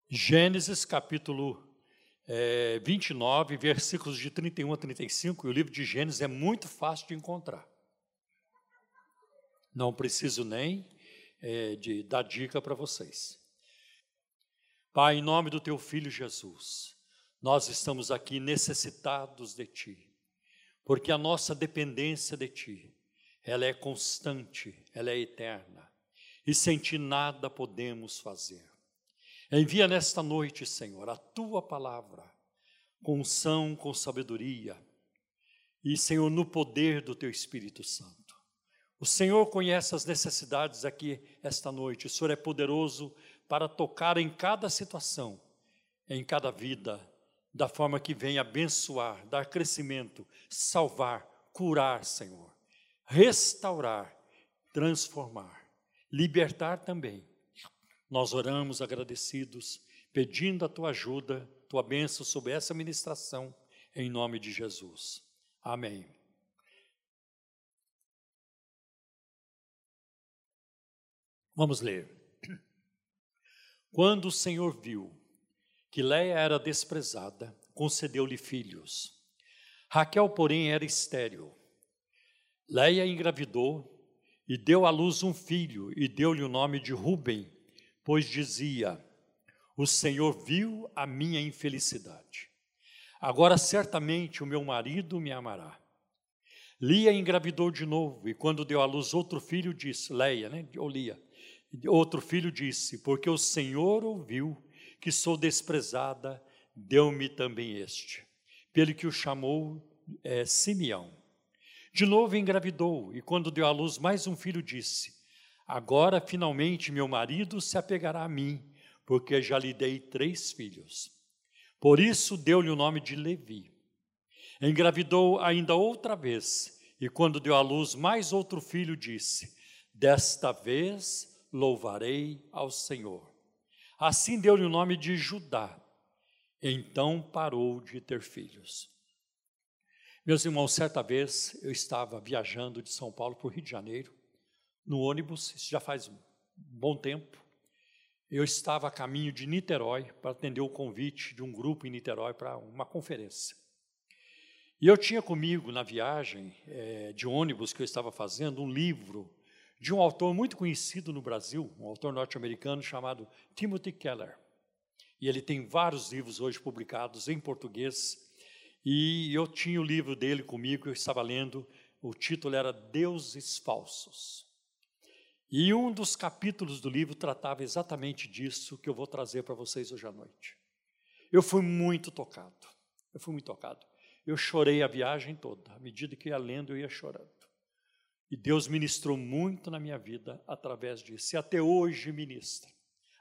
Gênesis capítulo 29, versículos de 31 a 35, e o livro de Gênesis é muito fácil de encontrar. Não preciso nem de dar dica para vocês. Pai, em nome do Teu Filho Jesus, nós estamos aqui necessitados de Ti, porque a nossa dependência de Ti, ela é constante, ela é eterna, e sem Ti nada podemos fazer. Envia nesta noite, Senhor, a Tua palavra, com unção, com sabedoria, e, Senhor, no poder do Teu Espírito Santo. O Senhor conhece as necessidades aqui esta noite, o Senhor é poderoso para tocar em cada situação, em cada vida, da forma que vem abençoar, dar crescimento, salvar, curar, Senhor, restaurar, transformar, libertar também. Nós oramos agradecidos, pedindo a Tua ajuda, Tua bênção sobre essa ministração, em nome de Jesus. Amém. Vamos ler. Quando o Senhor viu que Léia era desprezada, concedeu-lhe filhos. Raquel, porém, era estéril. Léia engravidou e deu à luz um filho, e deu-lhe o nome de Ruben, pois dizia: o Senhor viu a minha infelicidade. Agora certamente o meu marido me amará. Lia engravidou de novo, e quando deu à luz outro filho, disse, Léia, ou Lia, outro filho disse, porque o Senhor ouviu que sou desprezada, deu-me também este, pelo que o chamou Simeão. De novo engravidou, e quando deu à luz mais um filho, disse, agora finalmente meu marido se apegará a mim, porque já lhe dei 3 filhos. Por isso deu-lhe o nome de Levi. Engravidou ainda outra vez, e quando deu à luz mais outro filho, disse, desta vez louvarei ao Senhor. Assim deu-lhe o nome de Judá. Então parou de ter filhos. Meus irmãos, certa vez eu estava viajando de São Paulo para o Rio de Janeiro, no ônibus, isso já faz um bom tempo. Eu estava a caminho de Niterói para atender o convite de um grupo em Niterói para uma conferência. E eu tinha comigo, na viagem de ônibus que eu estava fazendo, um livro de um autor muito conhecido no Brasil, um autor norte-americano chamado Timothy Keller. E ele tem vários livros hoje publicados em português, e eu tinha o livro dele comigo, eu estava lendo, o título era Deuses Falsos. E um dos capítulos do livro tratava exatamente disso que eu vou trazer para vocês hoje à noite. Eu fui muito tocado, eu chorei a viagem toda, à medida que ia lendo eu ia chorando. E Deus ministrou muito na minha vida através disso, e até hoje ministra,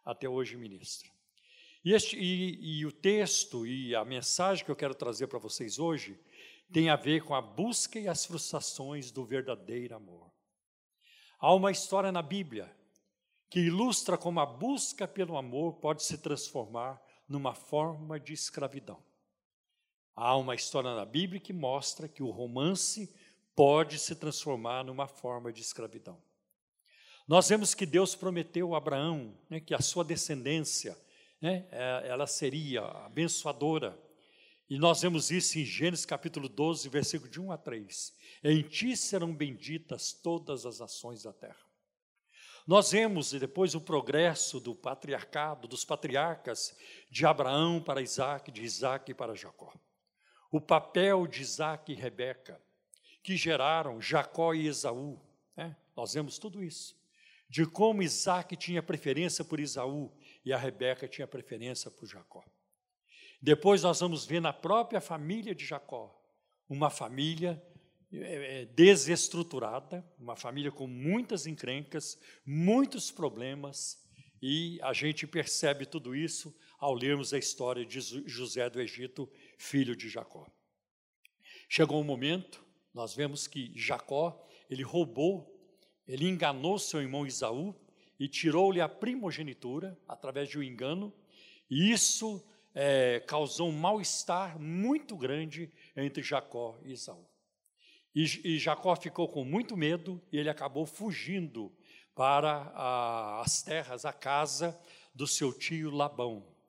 E o texto e a mensagem que eu quero trazer para vocês hoje tem a ver com a busca e as frustrações do verdadeiro amor. Há uma história na Bíblia que ilustra como a busca pelo amor pode se transformar numa forma de escravidão. Há uma história na Bíblia que mostra que o romance pode se transformar numa forma de escravidão. Nós vemos que Deus prometeu a Abraão, que a sua descendência, ela seria abençoadora. E nós vemos isso em Gênesis capítulo 12, versículo de 1 a 3. Em ti serão benditas todas as nações da terra. Nós vemos depois o progresso do patriarcado, dos patriarcas, de Abraão para Isaac, de Isaac para Jacó. O papel de Isaac e Rebeca, que geraram Jacó e Esaú. Nós vemos tudo isso. De como Isaac tinha preferência por Esaú e a Rebeca tinha preferência por Jacó. Depois nós vamos ver na própria família de Jacó, uma família desestruturada, uma família com muitas encrencas, muitos problemas, e a gente percebe tudo isso ao lermos a história de José do Egito, filho de Jacó. Chegou um momento, nós vemos que Jacó, ele enganou seu irmão Esaú e tirou-lhe a primogenitura através de um engano, e isso causou um mal-estar muito grande entre Jacó e Esaú. E Jacó ficou com muito medo e ele acabou fugindo para as terras, a casa do seu tio Labão.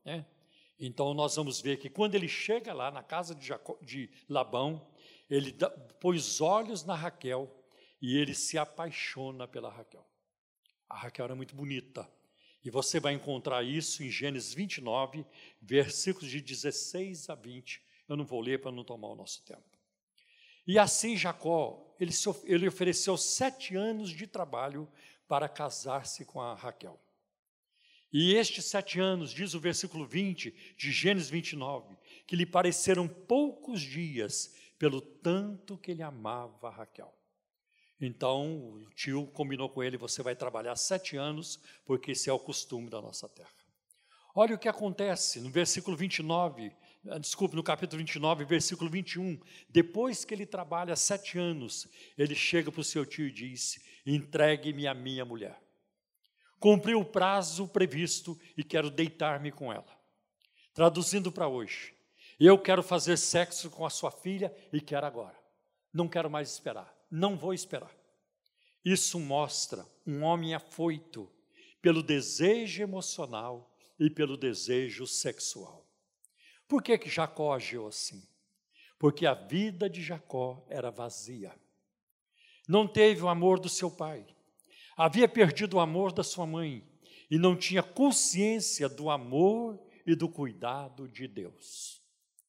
né? Então nós vamos ver que quando ele chega lá na casa de Labão, ele põe os olhos na Raquel e ele se apaixona pela Raquel. A Raquel era muito bonita. E você vai encontrar isso em Gênesis 29, versículos de 16 a 20. Eu não vou ler para não tomar o nosso tempo. E assim Jacó, ele ofereceu 7 anos de trabalho para casar-se com a Raquel. E estes 7 anos, diz o versículo 20 de Gênesis 29, que lhe pareceram poucos dias, pelo tanto que ele amava a Raquel. Então, o tio combinou com ele, você vai trabalhar 7 anos, porque esse é o costume da nossa terra. Olha o que acontece no versículo 29, no capítulo 29, versículo 21. Depois que ele trabalha 7 anos, ele chega para o seu tio e diz, entregue-me a minha mulher. Cumpri o prazo previsto e quero deitar-me com ela. Traduzindo para hoje, eu quero fazer sexo com a sua filha e quero agora. Não quero mais esperar, não vou esperar. Isso mostra um homem afoito pelo desejo emocional e pelo desejo sexual. Por que Jacó agiu assim? Porque a vida de Jacó era vazia. Não teve o amor do seu pai. Havia perdido o amor da sua mãe e não tinha consciência do amor e do cuidado de Deus.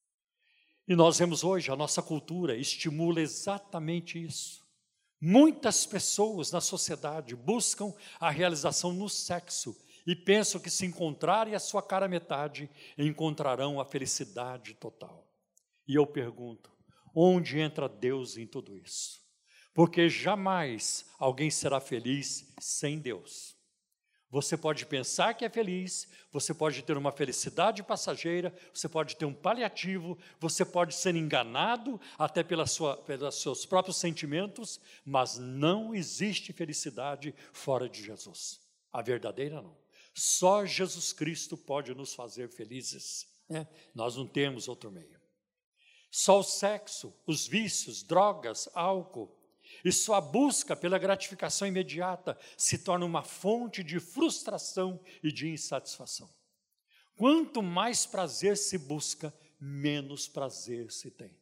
E nós vemos hoje, a nossa cultura estimula exatamente isso. Muitas pessoas na sociedade buscam a realização no sexo e pensam que se encontrarem a sua cara metade, encontrarão a felicidade total. E eu pergunto, onde entra Deus em tudo isso? Porque jamais alguém será feliz sem Deus. Você pode pensar que é feliz, você pode ter uma felicidade passageira, você pode ter um paliativo, você pode ser enganado até pelos seus próprios sentimentos, mas não existe felicidade fora de Jesus. A verdadeira não. Só Jesus Cristo pode nos fazer felizes, né? Nós não temos outro meio. Só o sexo, os vícios, drogas, álcool, e sua busca pela gratificação imediata se torna uma fonte de frustração e de insatisfação. Quanto mais prazer se busca, menos prazer se tem.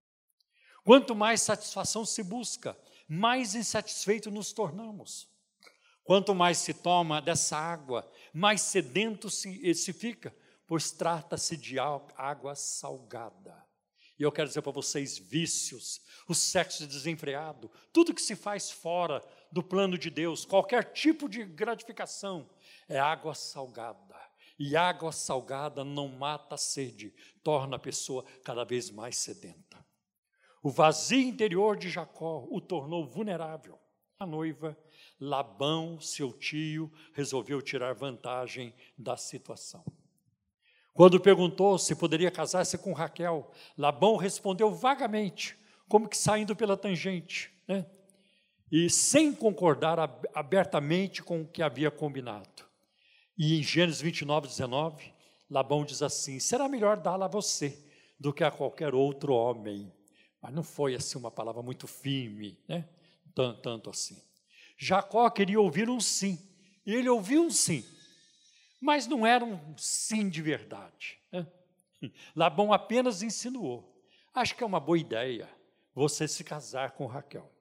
Quanto mais satisfação se busca, mais insatisfeito nos tornamos. Quanto mais se toma dessa água, mais sedento se fica, pois trata-se de água salgada. E eu quero dizer para vocês, vícios, o sexo desenfreado, tudo que se faz fora do plano de Deus, qualquer tipo de gratificação, é água salgada. E água salgada não mata a sede, torna a pessoa cada vez mais sedenta. O vazio interior de Jacó o tornou vulnerável. A noiva, Labão, seu tio, resolveu tirar vantagem da situação. Quando perguntou se poderia casar-se com Raquel, Labão respondeu vagamente, como que saindo pela tangente, né? E sem concordar abertamente com o que havia combinado. E em Gênesis 29, 19, Labão diz assim, será melhor dá-la a você do que a qualquer outro homem. Mas não foi assim uma palavra muito firme, né? Tanto assim. Jacó queria ouvir um sim, e ele ouviu um sim. Mas não era um sim de verdade, né? Labão apenas insinuou, acho que é uma boa ideia você se casar com Raquel.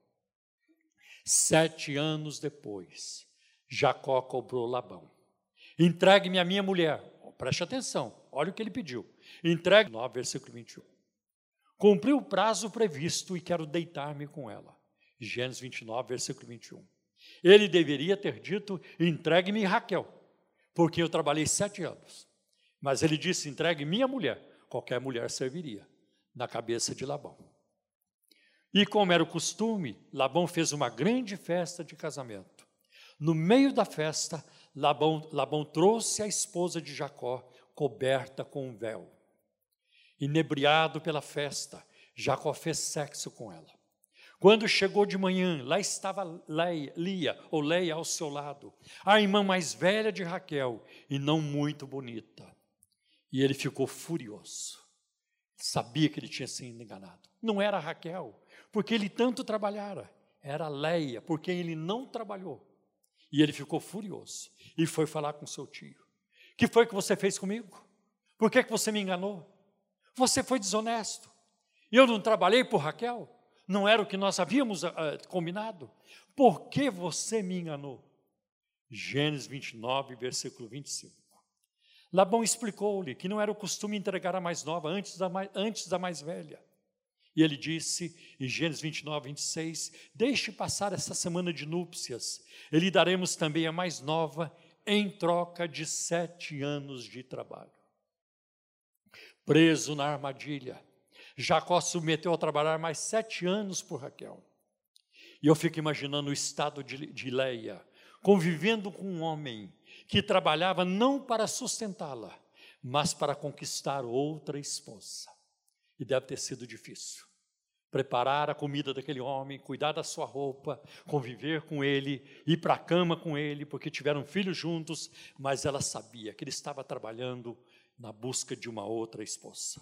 7 anos depois, Jacó cobrou Labão, entregue-me a minha mulher, preste atenção, olha o que ele pediu, entregue, 9, versículo 21, cumpri o prazo previsto e quero deitar-me com ela, Gênesis 29, versículo 21, ele deveria ter dito, entregue-me Raquel, porque eu trabalhei 7 anos. Mas ele disse, entregue minha mulher. Qualquer mulher serviria, na cabeça de Labão. E como era o costume, Labão fez uma grande festa de casamento. No meio da festa, Labão trouxe a esposa de Jacó, coberta com um véu. Inebriado pela festa, Jacó fez sexo com ela. Quando chegou de manhã, lá estava Leia ao seu lado, a irmã mais velha de Raquel, e não muito bonita. E ele ficou furioso. Sabia que ele tinha sido enganado. Não era Raquel, porque ele tanto trabalhara. Era Leia, porque ele não trabalhou. E ele ficou furioso. E foi falar com seu tio. O que foi que você fez comigo? Por que você me enganou? Você foi desonesto. Eu não trabalhei por Raquel? Não era o que nós havíamos combinado? Por que você me enganou? Gênesis 29, versículo 25. Labão explicou-lhe que não era o costume entregar a mais nova antes da mais velha. E ele disse, em Gênesis 29, 26, deixe passar essa semana de núpcias, e lhe daremos também a mais nova, em troca de 7 anos de trabalho. Preso na armadilha, Jacó se submeteu a trabalhar mais 7 anos por Raquel. E eu fico imaginando o estado de Leia, convivendo com um homem que trabalhava não para sustentá-la, mas para conquistar outra esposa. E deve ter sido difícil. Preparar a comida daquele homem, cuidar da sua roupa, conviver com ele, ir para a cama com ele, porque tiveram filhos juntos, mas ela sabia que ele estava trabalhando na busca de uma outra esposa.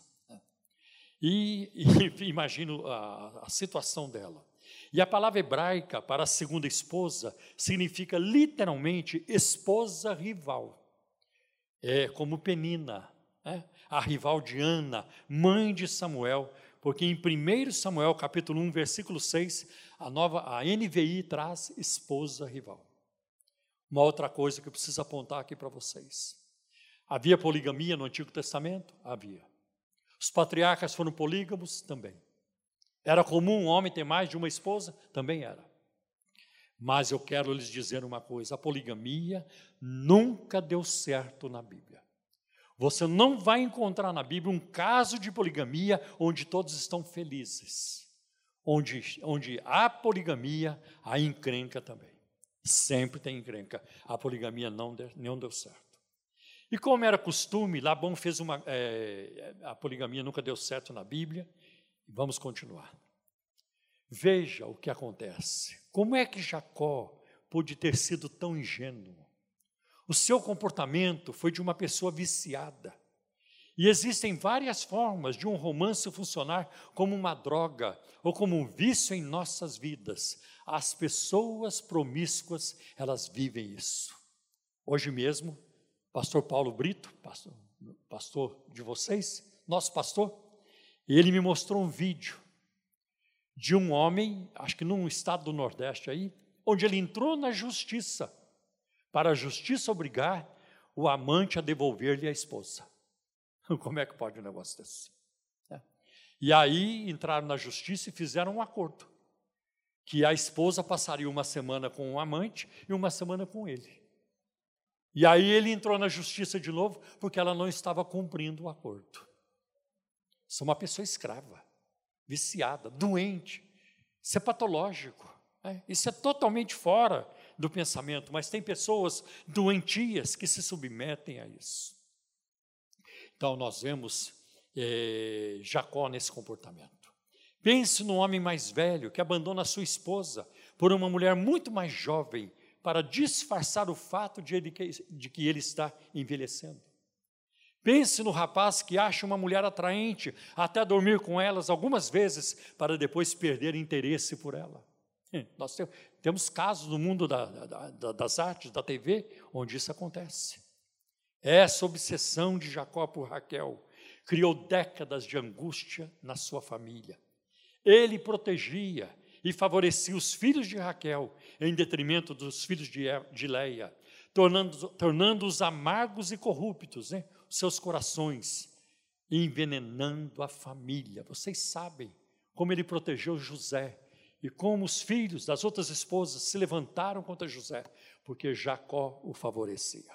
E imagino a situação dela. E a palavra hebraica para a segunda esposa significa literalmente esposa rival. É como Penina, a rival de Ana, mãe de Samuel, porque em 1 Samuel capítulo 1, versículo 6, a NVI traz esposa rival. Uma outra coisa que eu preciso apontar aqui para vocês. Havia poligamia no Antigo Testamento? Havia. Os patriarcas foram polígamos? Também. Era comum um homem ter mais de uma esposa? Também era. Mas eu quero lhes dizer uma coisa, a poligamia nunca deu certo na Bíblia. Você não vai encontrar na Bíblia um caso de poligamia onde todos estão felizes. Onde há poligamia, há encrenca também. Sempre tem encrenca. A poligamia não deu certo. E como era costume, Labão fez a poligamia nunca deu certo na Bíblia. Vamos continuar. Veja o que acontece. Como é que Jacó pôde ter sido tão ingênuo? O seu comportamento foi de uma pessoa viciada. E existem várias formas de um romance funcionar como uma droga ou como um vício em nossas vidas. As pessoas promíscuas, elas vivem isso. Hoje mesmo, pastor Paulo Brito, pastor de vocês, nosso pastor, ele me mostrou um vídeo de um homem, acho que num estado do Nordeste aí, onde ele entrou na justiça, para a justiça obrigar o amante a devolver-lhe a esposa. Como é que pode um negócio desse? E aí entraram na justiça e fizeram um acordo, que a esposa passaria uma semana com o amante e uma semana com ele. E aí ele entrou na justiça de novo, porque ela não estava cumprindo o acordo. Isso é uma pessoa escrava, viciada, doente. Isso é patológico. Isso é totalmente fora do pensamento, mas tem pessoas doentias que se submetem a isso. Então nós vemos Jacó nesse comportamento. Pense no homem mais velho que abandona a sua esposa por uma mulher muito mais jovem para disfarçar o fato de que ele está envelhecendo. Pense no rapaz que acha uma mulher atraente até dormir com elas algumas vezes para depois perder interesse por ela. Nós temos casos no mundo das artes, da TV, onde isso acontece. Essa obsessão de Jacó por Raquel criou décadas de angústia na sua família. Ele protegia e favorecia os filhos de Raquel em detrimento dos filhos de Leia, tornando-os amargos e corruptos, os seus corações, envenenando a família. Vocês sabem como ele protegeu José e como os filhos das outras esposas se levantaram contra José, porque Jacó o favorecia.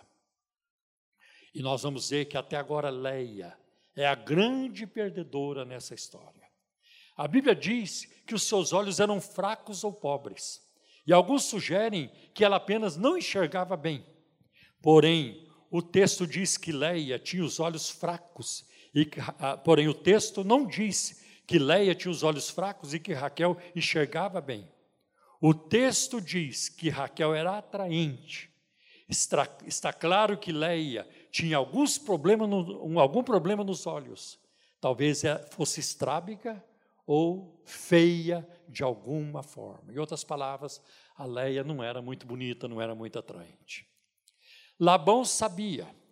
E nós vamos ver que até agora Leia é a grande perdedora nessa história. A Bíblia diz que os seus olhos eram fracos ou pobres, e alguns sugerem que ela apenas não enxergava bem. Porém, o texto diz que Leia tinha os olhos fracos, porém o texto não diz que Leia tinha os olhos fracos e que Raquel enxergava bem. O texto diz que Raquel era atraente. Está claro que Leia tinha algum problema nos olhos. Talvez fosse estrábica ou feia de alguma forma. Em outras palavras, a Leia não era muito bonita, não era muito atraente. Labão sabia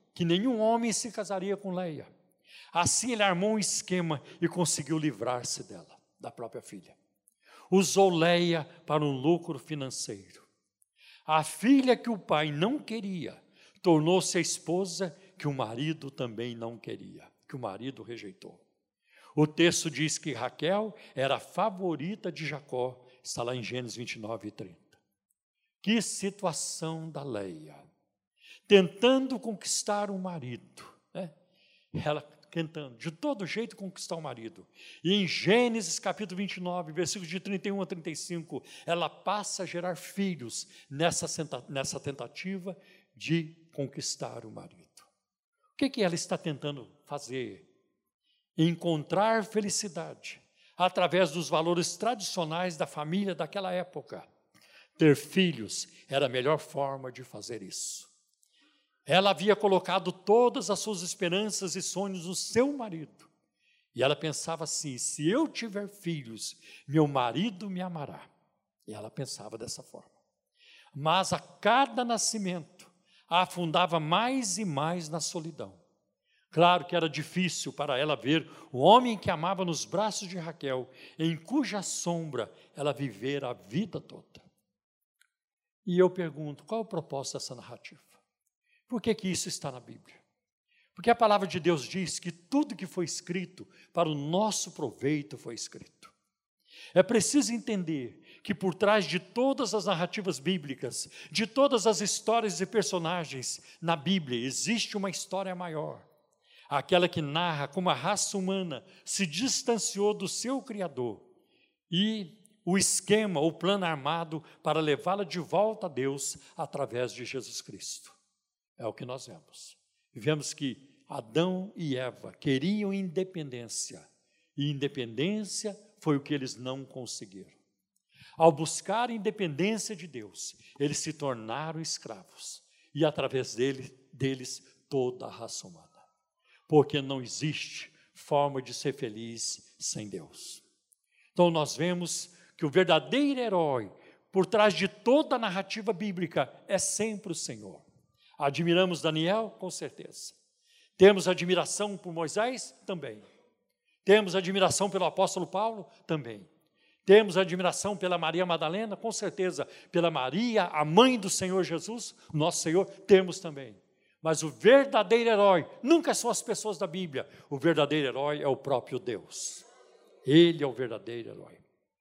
que nenhum homem se casaria com Leia. Assim ele armou um esquema e conseguiu livrar-se dela, da própria filha. Usou Leia para um lucro financeiro. A filha que o pai não queria tornou-se a esposa que o marido também não queria, que o marido rejeitou. O texto diz que Raquel era a favorita de Jacó, está lá em Gênesis 29 e 30. Que situação da Leia, tentando conquistar o marido, né? Ela tentando de todo jeito conquistar o marido. E em Gênesis capítulo 29, versículos de 31 a 35, ela passa a gerar filhos nessa tentativa de conquistar o marido. O que ela está tentando fazer? Encontrar felicidade através dos valores tradicionais da família daquela época. Ter filhos era a melhor forma de fazer isso. Ela havia colocado todas as suas esperanças e sonhos no seu marido. E ela pensava assim: se eu tiver filhos, meu marido me amará. E ela pensava dessa forma. Mas a cada nascimento, a afundava mais e mais na solidão. Claro que era difícil para ela ver o homem que amava nos braços de Raquel, em cuja sombra ela vivera a vida toda. E eu pergunto, qual é o propósito dessa narrativa? Por que isso está na Bíblia? Porque a palavra de Deus diz que tudo que foi escrito para o nosso proveito foi escrito. É preciso entender que por trás de todas as narrativas bíblicas, de todas as histórias e personagens na Bíblia, existe uma história maior. Aquela que narra como a raça humana se distanciou do seu Criador e o esquema, o plano armado para levá-la de volta a Deus através de Jesus Cristo. É o que nós vemos. Vemos que Adão e Eva queriam independência, e independência foi o que eles não conseguiram. Ao buscar a independência de Deus, eles se tornaram escravos, e através deles toda a raça humana. Porque não existe forma de ser feliz sem Deus. Então nós vemos que o verdadeiro herói, por trás de toda a narrativa bíblica, é sempre o Senhor. Admiramos Daniel? Com certeza. Temos admiração por Moisés? Também. Temos admiração pelo apóstolo Paulo? Também. Temos admiração pela Maria Madalena? Com certeza. Pela Maria, a mãe do Senhor Jesus, nosso Senhor, temos também. Mas o verdadeiro herói nunca são as pessoas da Bíblia. O verdadeiro herói é o próprio Deus. Ele é o verdadeiro herói.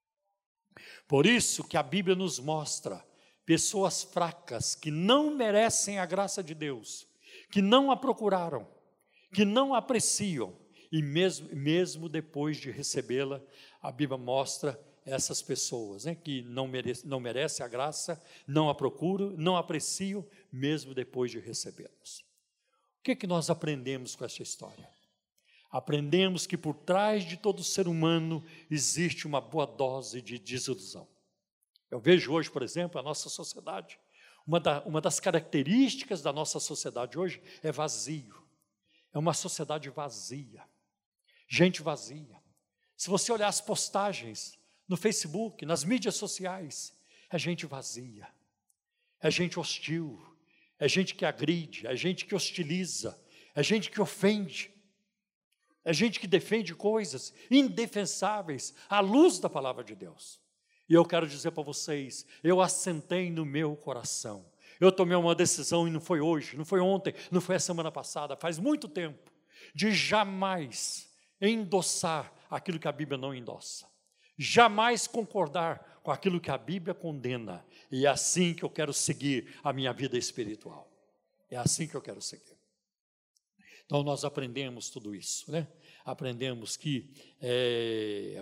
Por isso que a Bíblia nos mostra pessoas fracas que não merecem a graça de Deus, que não a procuraram, que não a apreciam, e mesmo depois de recebê-la, a Bíblia mostra essas pessoas, né, que não merecem a graça, não a procuram, não a apreciam, mesmo depois de recebê-las. O que nós aprendemos com essa história? Aprendemos que por trás de todo ser humano existe uma boa dose de desilusão. Eu vejo hoje, por exemplo, a nossa sociedade, uma das características da nossa sociedade hoje é vazio. É uma sociedade vazia, gente vazia. Se você olhar as postagens no Facebook, nas mídias sociais, é gente vazia, é gente hostil, é gente que agride, é gente que hostiliza, é gente que ofende, é gente que defende coisas indefensáveis à luz da palavra de Deus. E eu quero dizer para vocês, eu assentei no meu coração, eu tomei uma decisão e não foi hoje, não foi ontem, não foi a semana passada, faz muito tempo, de jamais endossar aquilo que a Bíblia não endossa, jamais concordar com aquilo que a Bíblia condena, e é assim que eu quero seguir a minha vida espiritual, é assim que eu quero seguir. Então nós aprendemos tudo isso, né? Aprendemos que é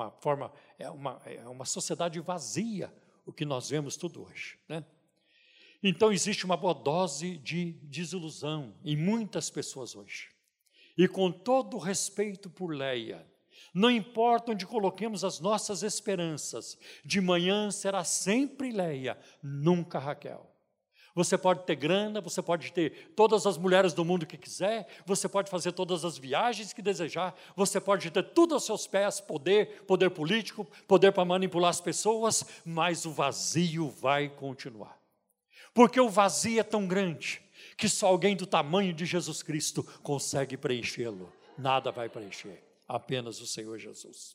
uma sociedade vazia, o que nós vemos tudo hoje, né? Então existe uma boa dose de desilusão em muitas pessoas hoje. E com todo o respeito por Leia, não importa onde coloquemos as nossas esperanças, de manhã será sempre Leia, nunca Raquel. Você pode ter grana, você pode ter todas as mulheres do mundo que quiser, você pode fazer todas as viagens que desejar, você pode ter tudo aos seus pés, poder político, poder para manipular as pessoas, mas o vazio vai continuar. Porque o vazio é tão grande que só alguém do tamanho de Jesus Cristo consegue preenchê-lo. Nada vai preencher, apenas o Senhor Jesus.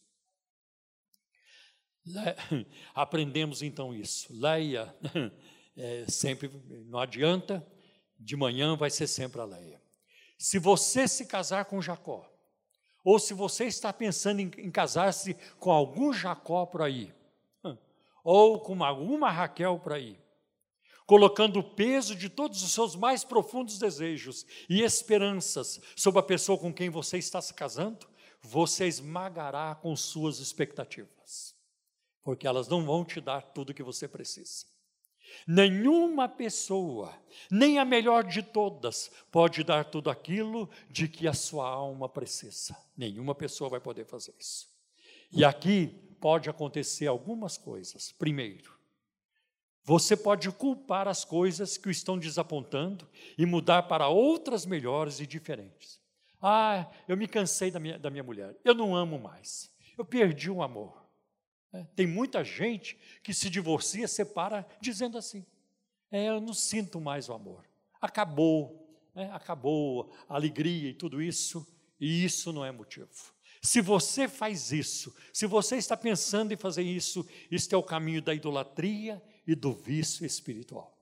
Aprendemos então isso. Leia, sempre, não adianta, de manhã vai ser sempre a Leia. Se você se casar com Jacó, ou se você está pensando em casar-se com algum Jacó por aí, ou com alguma Raquel por aí, colocando o peso de todos os seus mais profundos desejos e esperanças sobre a pessoa com quem você está se casando, você esmagará com suas expectativas, porque elas não vão te dar tudo o que você precisa. Nenhuma pessoa, nem a melhor de todas, pode dar tudo aquilo de que a sua alma precisa. Nenhuma pessoa vai poder fazer isso. E aqui pode acontecer algumas coisas. Primeiro, você pode culpar as coisas que o estão desapontando e mudar para outras melhores e diferentes. Eu me cansei da minha mulher, eu não amo mais, eu perdi o amor. Tem muita gente que se divorcia, separa, dizendo assim, eu não sinto mais o amor, acabou a alegria e tudo isso, e isso não é motivo. Se você faz isso, se você está pensando em fazer isso, este é o caminho da idolatria e do vício espiritual.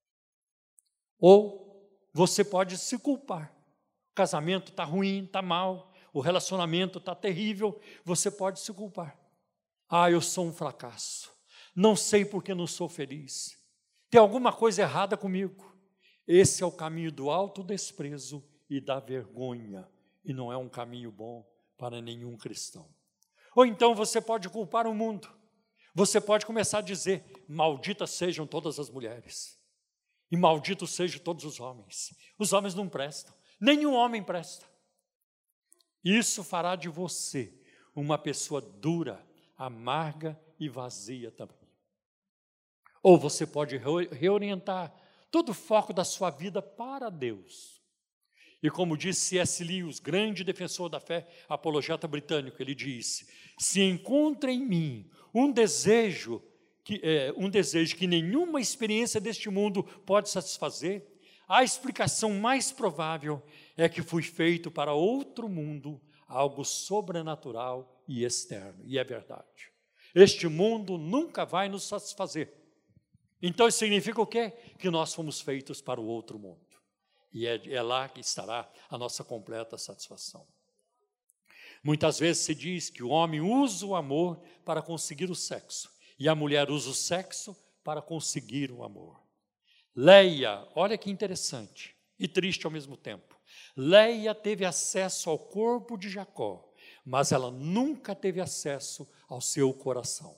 Ou você pode se culpar, o casamento está ruim, está mal, o relacionamento está terrível, você pode se culpar. Eu sou um fracasso, não sei porque não sou feliz, tem alguma coisa errada comigo. Esse é o caminho do autodesprezo e da vergonha, e não é um caminho bom para nenhum cristão. Ou então você pode culpar o mundo, você pode começar a dizer, malditas sejam todas as mulheres, e malditos sejam todos os homens não prestam, nenhum homem presta. Isso fará de você uma pessoa dura, amarga e vazia também. Ou você pode reorientar todo o foco da sua vida para Deus. E como disse C.S. Lewis, grande defensor da fé, apologeta britânico, ele disse, se encontra em mim um desejo que nenhuma experiência deste mundo pode satisfazer, a explicação mais provável é que fui feito para outro mundo, algo sobrenatural e externo, e é verdade. Este mundo nunca vai nos satisfazer. Então isso significa o quê? Que nós fomos feitos para o outro mundo. E é lá que estará a nossa completa satisfação. Muitas vezes se diz que o homem usa o amor para conseguir o sexo, e a mulher usa o sexo para conseguir o amor. Leia, olha que interessante e triste ao mesmo tempo. Leia teve acesso ao corpo de Jacó, mas ela nunca teve acesso ao seu coração.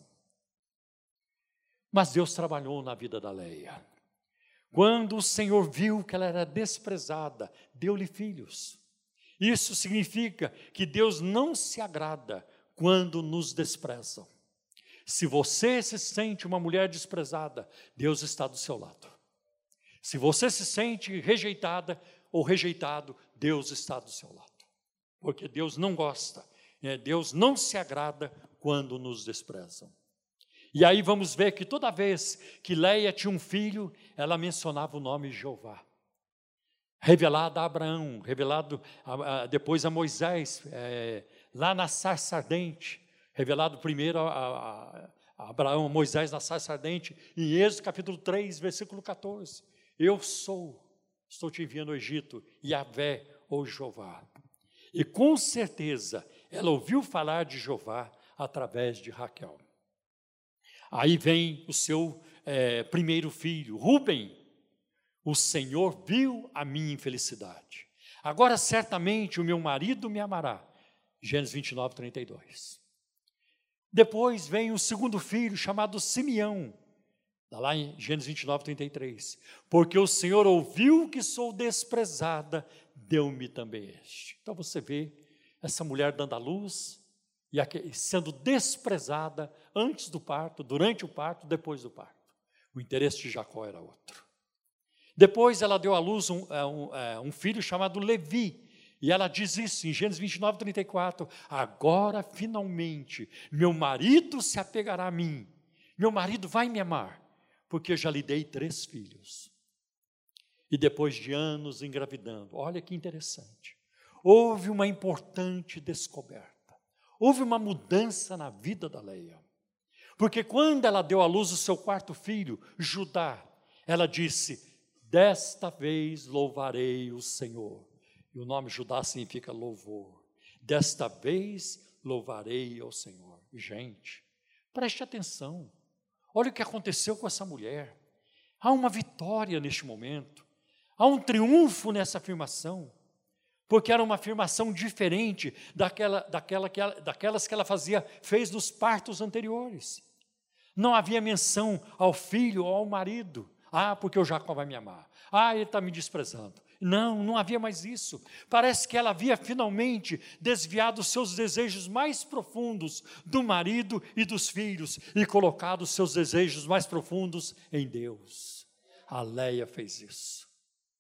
Mas Deus trabalhou na vida da Leia. Quando o Senhor viu que ela era desprezada, deu-lhe filhos. Isso significa que Deus não se agrada quando nos desprezam. Se você se sente uma mulher desprezada, Deus está do seu lado. Se você se sente rejeitada ou rejeitado, Deus está do seu lado. Porque Deus não gosta, Deus não se agrada quando nos desprezam. E aí vamos ver que toda vez que Leia tinha um filho, ela mencionava o nome Jeová. Revelado a Abraão, revelado depois a Moisés, lá na sarça ardente, revelado primeiro a Abraão, a Moisés na sarça ardente, em Êxodo capítulo 3, versículo 14. Eu estou te enviando ao Egito, Yahvé ou Jeová. E com certeza ela ouviu falar de Jeová através de Raquel. Aí vem o seu primeiro filho, Rúben. O Senhor viu a minha infelicidade. Agora certamente o meu marido me amará. Gênesis 29, 32. Depois vem o segundo filho, chamado Simeão. Está lá em Gênesis 29, 33. Porque o Senhor ouviu que sou desprezada, deu-me também este. Então você vê essa mulher dando à luz e sendo desprezada antes do parto, durante o parto, depois do parto. O interesse de Jacó era outro. Depois ela deu à luz um filho chamado Levi. E ela diz isso em Gênesis 29, 34. Agora, finalmente, meu marido se apegará a mim. Meu marido vai me amar, porque eu já lhe dei 3 filhos. e depois de anos engravidando. Olha que interessante. Houve uma importante descoberta. Houve uma mudança na vida da Leia. Porque quando ela deu à luz o seu quarto filho, Judá, ela disse: desta vez louvarei o Senhor. E o nome Judá significa louvor. Desta vez louvarei ao Senhor. Gente, preste atenção. Olha o que aconteceu com essa mulher. Há uma vitória neste momento. Há um triunfo nessa afirmação. Porque era uma afirmação diferente daquelas que ela fez nos partos anteriores. Não havia menção ao filho ou ao marido. Porque o Jacó vai me amar. Ele está me desprezando. Não havia mais isso. Parece que ela havia finalmente desviado os seus desejos mais profundos do marido e dos filhos e colocado os seus desejos mais profundos em Deus. A Leia fez isso.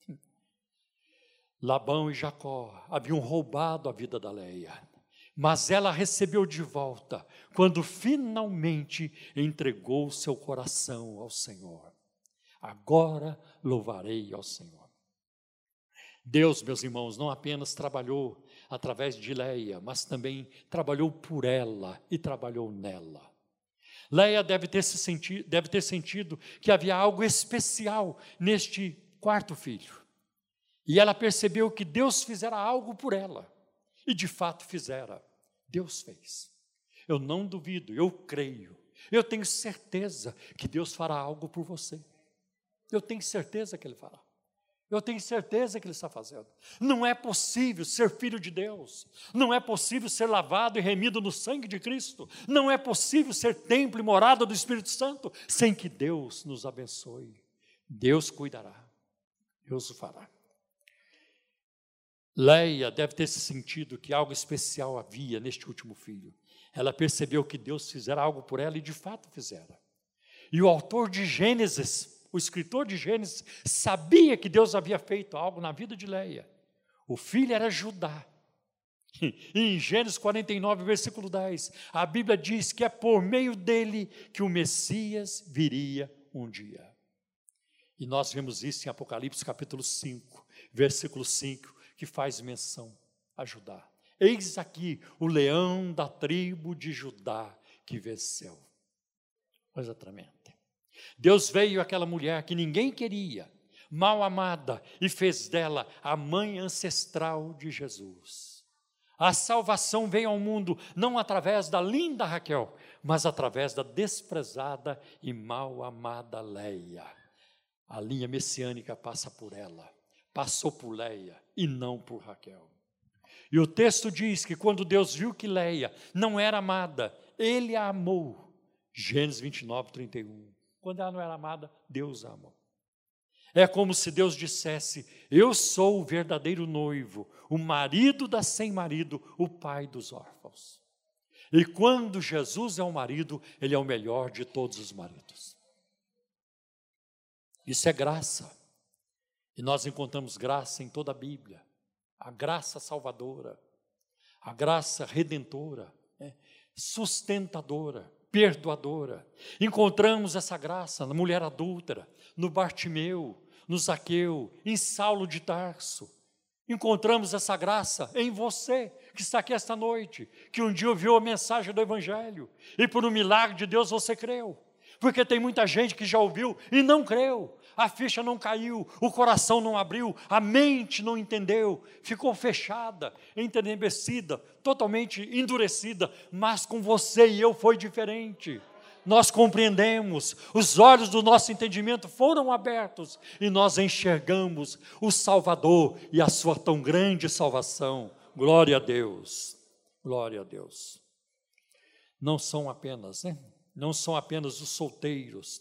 Labão e Jacó haviam roubado a vida da Leia, mas ela recebeu de volta quando finalmente entregou seu coração ao Senhor. Agora louvarei ao Senhor. Deus, meus irmãos, não apenas trabalhou através de Leia, mas também trabalhou por ela e trabalhou nela. Leia deve ter sentido que havia algo especial neste quarto filho. E ela percebeu que Deus fizera algo por ela. E de fato fizera. Deus fez. Eu não duvido, eu creio. Eu tenho certeza que Deus fará algo por você. Eu tenho certeza que Ele fará. Eu tenho certeza que Ele está fazendo. Não é possível ser filho de Deus. Não é possível ser lavado e remido no sangue de Cristo. Não é possível ser templo e morada do Espírito Santo sem que Deus nos abençoe. Deus cuidará. Deus o fará. Leia deve ter sentido que algo especial havia neste último filho. Ela percebeu que Deus fizera algo por ela e de fato fizera. E o autor de Gênesis, o escritor de Gênesis, sabia que Deus havia feito algo na vida de Leia. O filho era Judá. E em Gênesis 49, versículo 10, a Bíblia diz que é por meio dele que o Messias viria um dia. E nós vemos isso em Apocalipse capítulo 5, versículo 5, que faz menção a Judá. Eis aqui o leão da tribo de Judá que venceu. Coisa tremenda. Deus veio àquela mulher que ninguém queria, mal amada, e fez dela a mãe ancestral de Jesus. A salvação veio ao mundo não através da linda Raquel, mas através da desprezada e mal amada Leia. A linha messiânica passa por ela. Passou por Leia e não por Raquel. E o texto diz que quando Deus viu que Leia não era amada, Ele a amou. Gênesis 29, 31. Quando ela não era amada, Deus a amou. É como se Deus dissesse: eu sou o verdadeiro noivo, o marido da sem marido, o pai dos órfãos. E quando Jesus é o marido, Ele é o melhor de todos os maridos. Isso é graça. E nós encontramos graça em toda a Bíblia, a graça salvadora, a graça redentora, sustentadora, perdoadora. Encontramos essa graça na mulher adúltera, no Bartimeu, no Zaqueu, em Saulo de Tarso. Encontramos essa graça em você, que está aqui esta noite, que um dia ouviu a mensagem do Evangelho, e por um milagre de Deus você creu. Porque tem muita gente que já ouviu e não creu. A ficha não caiu, o coração não abriu, a mente não entendeu, ficou fechada, entenebrecida, totalmente endurecida, mas com você e eu foi diferente. Nós compreendemos, os olhos do nosso entendimento foram abertos e nós enxergamos o Salvador e a sua tão grande salvação. Glória a Deus, glória a Deus. Não são apenas os solteiros,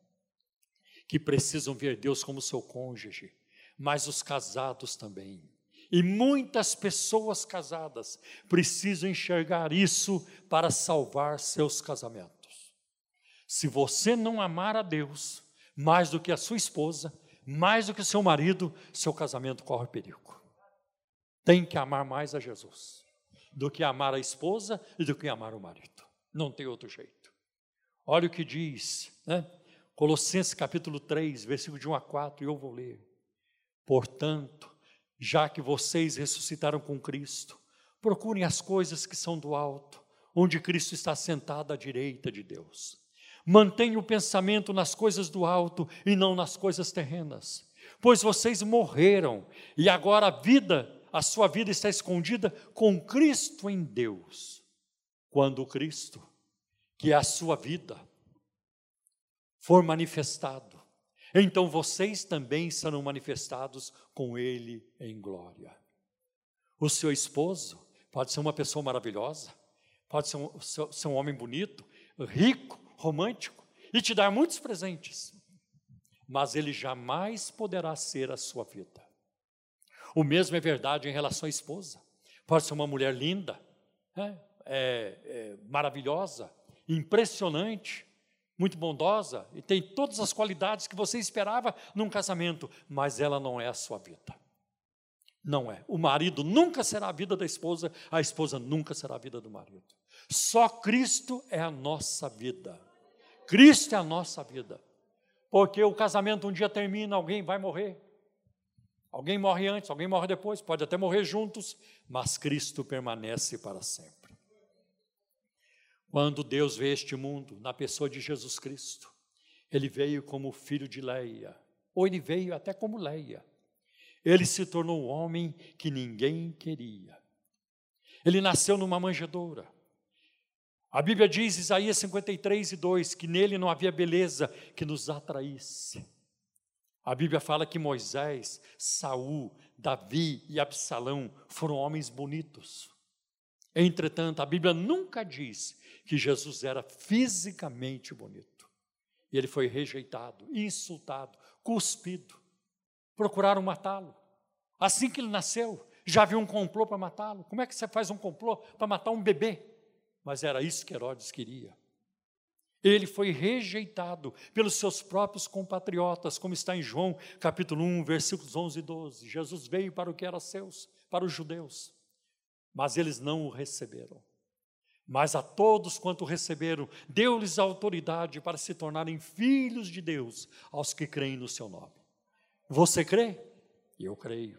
que precisam ver Deus como seu cônjuge, mas os casados também. E muitas pessoas casadas precisam enxergar isso para salvar seus casamentos. Se você não amar a Deus mais do que a sua esposa, mais do que o seu marido, seu casamento corre perigo. Tem que amar mais a Jesus do que amar a esposa e do que amar o marido. Não tem outro jeito. Olha o que diz, Colossenses capítulo 3, versículo de 1 a 4, e eu vou ler. Portanto, já que vocês ressuscitaram com Cristo, procurem as coisas que são do alto, onde Cristo está sentado à direita de Deus. Mantenham o pensamento nas coisas do alto e não nas coisas terrenas, pois vocês morreram e agora a sua vida está escondida com Cristo em Deus. Quando Cristo, que é a sua vida, for manifestado, então vocês também serão manifestados com Ele em glória. O seu esposo pode ser uma pessoa maravilhosa, pode ser um homem bonito, rico, romântico, e te dar muitos presentes, mas ele jamais poderá ser a sua vida. O mesmo é verdade em relação à esposa. Pode ser uma mulher linda, maravilhosa, impressionante, muito bondosa, e tem todas as qualidades que você esperava num casamento, mas ela não é a sua vida. Não é. O marido nunca será a vida da esposa, a esposa nunca será a vida do marido. Só Cristo é a nossa vida. Cristo é a nossa vida. Porque o casamento um dia termina, alguém vai morrer. Alguém morre antes, alguém morre depois, pode até morrer juntos, mas Cristo permanece para sempre. Quando Deus vê este mundo na pessoa de Jesus Cristo, Ele veio como filho de Leia, ou Ele veio até como Leia. Ele se tornou o homem que ninguém queria. Ele nasceu numa manjedoura. A Bíblia diz, Isaías 53:2, que nele não havia beleza que nos atraísse. A Bíblia fala que Moisés, Saul, Davi e Absalão foram homens bonitos. Entretanto, a Bíblia nunca diz que Jesus era fisicamente bonito. E ele foi rejeitado, insultado, cuspido. Procuraram matá-lo. Assim que ele nasceu, já havia um complô para matá-lo. Como é que você faz um complô para matar um bebê? Mas era isso que Herodes queria. Ele foi rejeitado pelos seus próprios compatriotas, como está em João, capítulo 1, versículos 11 e 12. Jesus veio para o que era seus, para os judeus, mas eles não o receberam. Mas a todos quanto receberam, deu-lhes a autoridade para se tornarem filhos de Deus, aos que creem no seu nome. Você crê? Eu creio.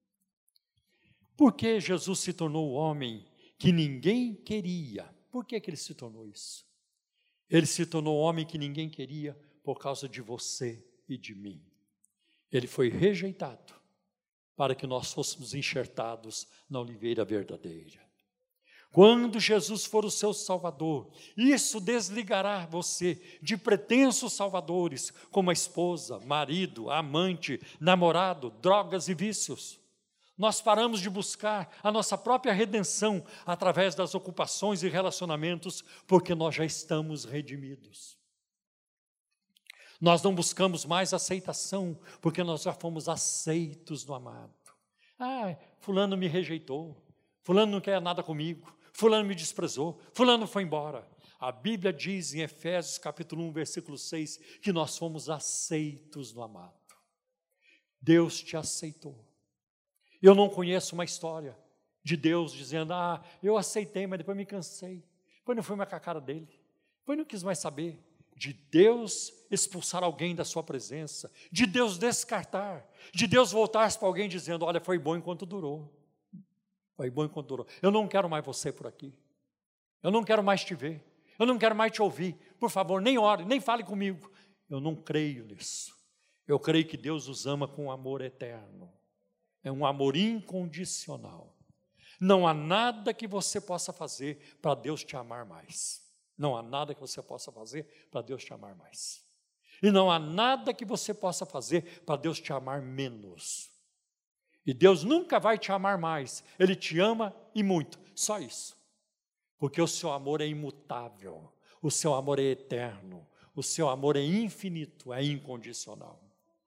Por que Jesus se tornou o homem que ninguém queria? Por que ele se tornou isso? Ele se tornou o homem que ninguém queria por causa de você e de mim. Ele foi rejeitado para que nós fôssemos enxertados na oliveira verdadeira. Quando Jesus for o seu Salvador, isso desligará você de pretensos salvadores, como a esposa, marido, amante, namorado, drogas e vícios. Nós paramos de buscar a nossa própria redenção através das ocupações e relacionamentos, porque nós já estamos redimidos. Nós não buscamos mais aceitação, porque nós já fomos aceitos no amado. Fulano me rejeitou, fulano não quer nada comigo, fulano me desprezou, fulano foi embora. A Bíblia diz em Efésios capítulo 1, versículo 6, que nós fomos aceitos no amado. Deus te aceitou. Eu não conheço uma história de Deus dizendo, eu aceitei, mas depois me cansei, depois não fui mais com a cara dele, depois não quis mais saber. De Deus expulsar alguém da sua presença, de Deus descartar, de Deus voltar para alguém dizendo, olha, foi bom enquanto durou. Foi bom enquanto durou. Eu não quero mais você por aqui. Eu não quero mais te ver. Eu não quero mais te ouvir. Por favor, nem ore, nem fale comigo. Eu não creio nisso. Eu creio que Deus os ama com amor eterno. É um amor incondicional. Não há nada que você possa fazer para Deus te amar mais. Não há nada que você possa fazer para Deus te amar mais. E não há nada que você possa fazer para Deus te amar menos. E Deus nunca vai te amar mais. Ele te ama e muito. Só isso. Porque o seu amor é imutável. O seu amor é eterno. O seu amor é infinito, é incondicional.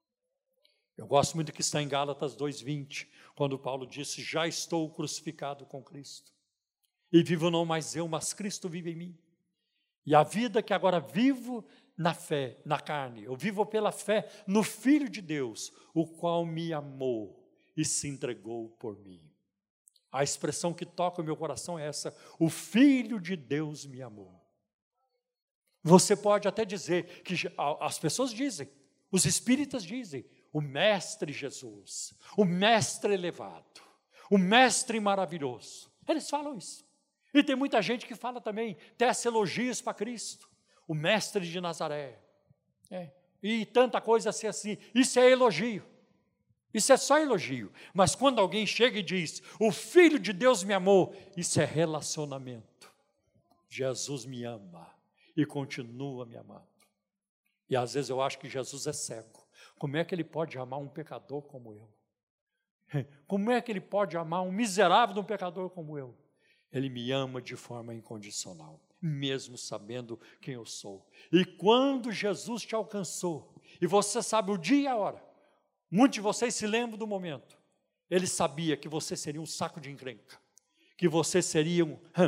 Eu gosto muito do que está em Gálatas 2:20, quando Paulo disse, já estou crucificado com Cristo. E vivo não mais eu, mas Cristo vive em mim. E a vida que agora vivo na fé, na carne, eu vivo pela fé no Filho de Deus, o qual me amou e se entregou por mim. A expressão que toca o meu coração é essa, o Filho de Deus me amou. Você pode até dizer, que as pessoas dizem, os espíritas dizem, o mestre Jesus, o mestre elevado, o mestre maravilhoso. Eles falam isso. E tem muita gente que fala também, tece elogios para Cristo, o mestre de Nazaré. E tanta coisa assim, isso é elogio. Isso é só elogio. Mas quando alguém chega e diz, o Filho de Deus me amou, isso é relacionamento. Jesus me ama e continua me amando. E às vezes eu acho que Jesus é cego. Como é que ele pode amar um pecador como eu? Como é que ele pode amar um miserável de um pecador como eu? Ele me ama de forma incondicional, mesmo sabendo quem eu sou. E quando Jesus te alcançou, e você sabe o dia e a hora, muitos de vocês se lembram do momento, ele sabia que você seria um saco de encrenca, que você seria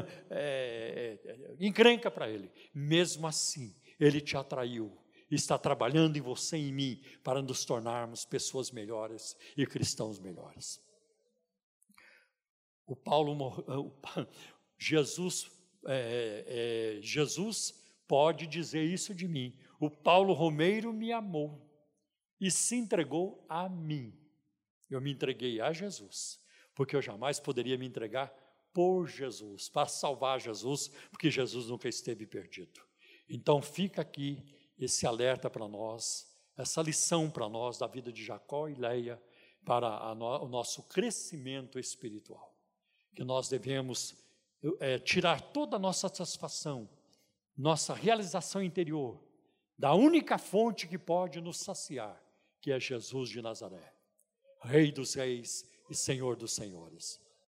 encrenca para ele. Mesmo assim, ele te atraiu, está trabalhando em você e em mim, para nos tornarmos pessoas melhores e cristãos melhores. Jesus pode dizer isso de mim. O Paulo Romeiro me amou e se entregou a mim. Eu me entreguei a Jesus, porque eu jamais poderia me entregar por Jesus, para salvar Jesus, porque Jesus nunca esteve perdido. Então fica aqui esse alerta para nós, essa lição para nós da vida de Jacó e Leia, para o nosso crescimento espiritual. Que nós devemos tirar toda a nossa satisfação, nossa realização interior, da única fonte que pode nos saciar, que é Jesus de Nazaré, Rei dos reis e Senhor dos senhores.